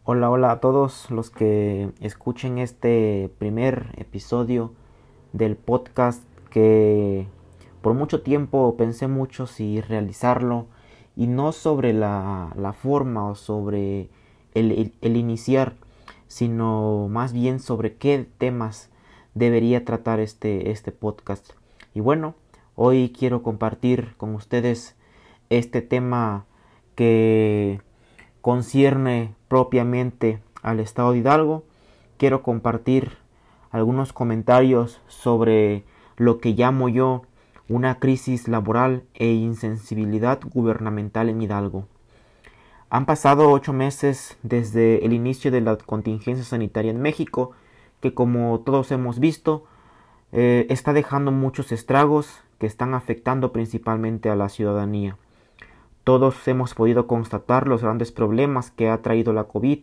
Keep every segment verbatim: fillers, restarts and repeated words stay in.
Hola, hola a todos los que escuchen este primer episodio del podcast que por mucho tiempo pensé mucho si realizarlo y no sobre la, la forma o sobre el, el, el iniciar, sino más bien sobre qué temas debería tratar este, este podcast. Y bueno, hoy quiero compartir con ustedes este tema que concierne propiamente al estado de Hidalgo. Quiero compartir algunos comentarios sobre lo que llamo yo una crisis laboral e insensibilidad gubernamental en Hidalgo. Han pasado ocho meses desde el inicio de la contingencia sanitaria en México, que como todos hemos visto, eh, está dejando muchos estragos que están afectando principalmente a la ciudadanía. Todos hemos podido constatar los grandes problemas que ha traído la COVID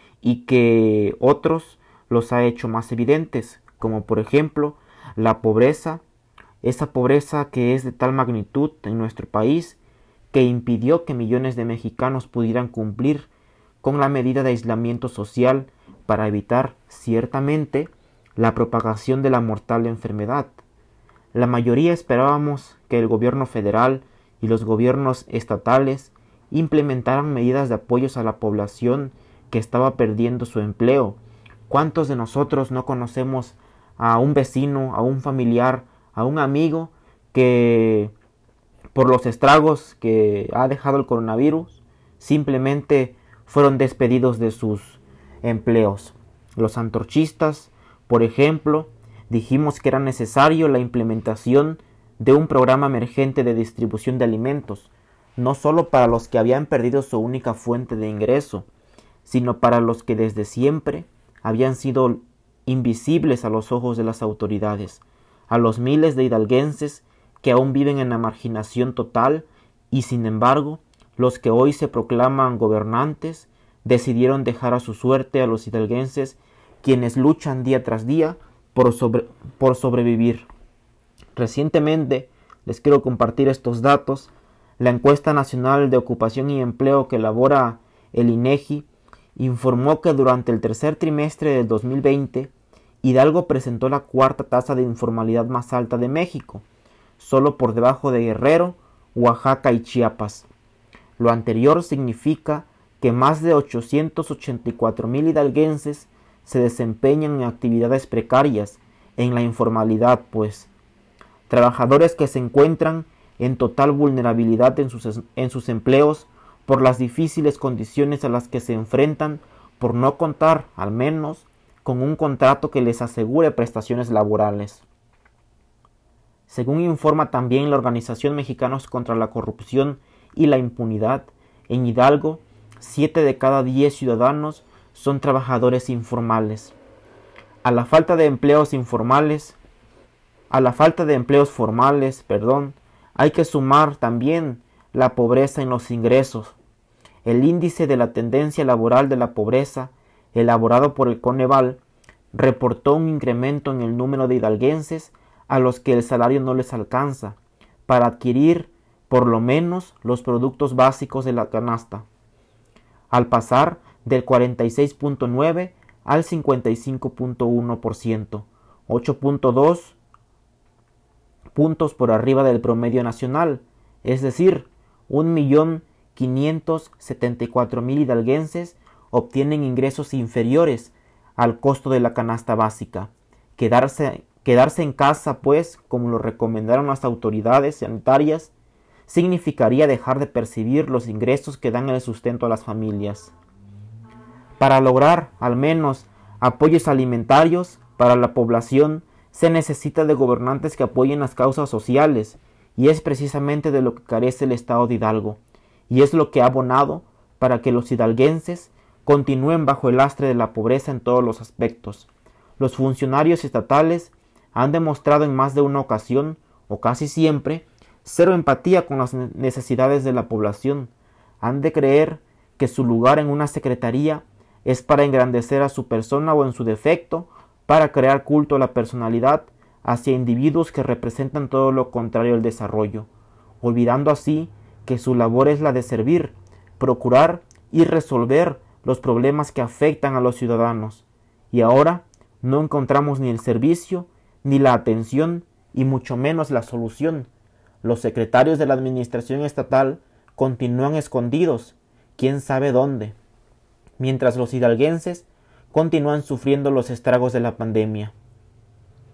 y que otros los ha hecho más evidentes, como por ejemplo la pobreza, esa pobreza que es de tal magnitud en nuestro país que impidió que millones de mexicanos pudieran cumplir con la medida de aislamiento social para evitar ciertamente la propagación de la mortal enfermedad. La mayoría esperábamos que el gobierno federal y los gobiernos estatales implementaran medidas de apoyos a la población que estaba perdiendo su empleo. ¿Cuántos de nosotros no conocemos a un vecino, a un familiar, a un amigo que por los estragos que ha dejado el coronavirus simplemente fueron despedidos de sus empleos? Los antorchistas, por ejemplo, dijimos que era necesario la implementación de un programa emergente de distribución de alimentos, no solo para los que habían perdido su única fuente de ingreso, sino para los que desde siempre habían sido invisibles a los ojos de las autoridades, a los miles de hidalguenses que aún viven en la marginación total y sin embargo los que hoy se proclaman gobernantes decidieron dejar a su suerte a los hidalguenses, quienes luchan día tras día por, sobre, por sobrevivir. Recientemente, les quiero compartir estos datos. La encuesta nacional de ocupación y empleo que elabora el INEGI informó que durante el tercer trimestre del dos mil veinte, Hidalgo presentó la cuarta tasa de informalidad más alta de México, solo por debajo de Guerrero, Oaxaca y Chiapas. Lo anterior significa que más de ochocientos ochenta y cuatro mil hidalguenses se desempeñan en actividades precarias, en la informalidad, pues. Trabajadores que se encuentran en total vulnerabilidad en sus, en sus empleos por las difíciles condiciones a las que se enfrentan por no contar, al menos, con un contrato que les asegure prestaciones laborales. Según informa también la Organización Mexicanos contra la Corrupción y la Impunidad, en Hidalgo, siete de cada diez ciudadanos son trabajadores informales. A la falta de empleos informales, A la falta de empleos formales, perdón, hay que sumar también la pobreza en los ingresos. El índice de la tendencia laboral de la pobreza, elaborado por el Coneval, reportó un incremento en el número de hidalguenses a los que el salario no les alcanza para adquirir por lo menos los productos básicos de la canasta, al pasar del cuarenta y seis punto nueve al cincuenta y cinco punto uno por ciento, ocho punto dos puntos por arriba del promedio nacional, es decir, un millón quinientos setenta y cuatro mil hidalguenses obtienen ingresos inferiores al costo de la canasta básica. Quedarse, quedarse en casa, pues, como lo recomendaron las autoridades sanitarias, significaría dejar de percibir los ingresos que dan el sustento a las familias. Para lograr, al menos, apoyos alimentarios para la población, se necesita de gobernantes que apoyen las causas sociales, y es precisamente de lo que carece el estado de Hidalgo, y es lo que ha abonado para que los hidalguenses continúen bajo el lastre de la pobreza en todos los aspectos. Los funcionarios estatales han demostrado en más de una ocasión, o casi siempre, cero empatía con las necesidades de la población. Han de creer que su lugar en una secretaría es para engrandecer a su persona o en su defecto, para crear culto a la personalidad hacia individuos que representan todo lo contrario al desarrollo, olvidando así que su labor es la de servir, procurar y resolver los problemas que afectan a los ciudadanos, y ahora no encontramos ni el servicio, ni la atención, y mucho menos la solución. Los secretarios de la administración estatal continúan escondidos, quién sabe dónde, mientras los hidalguenses continúan sufriendo los estragos de la pandemia.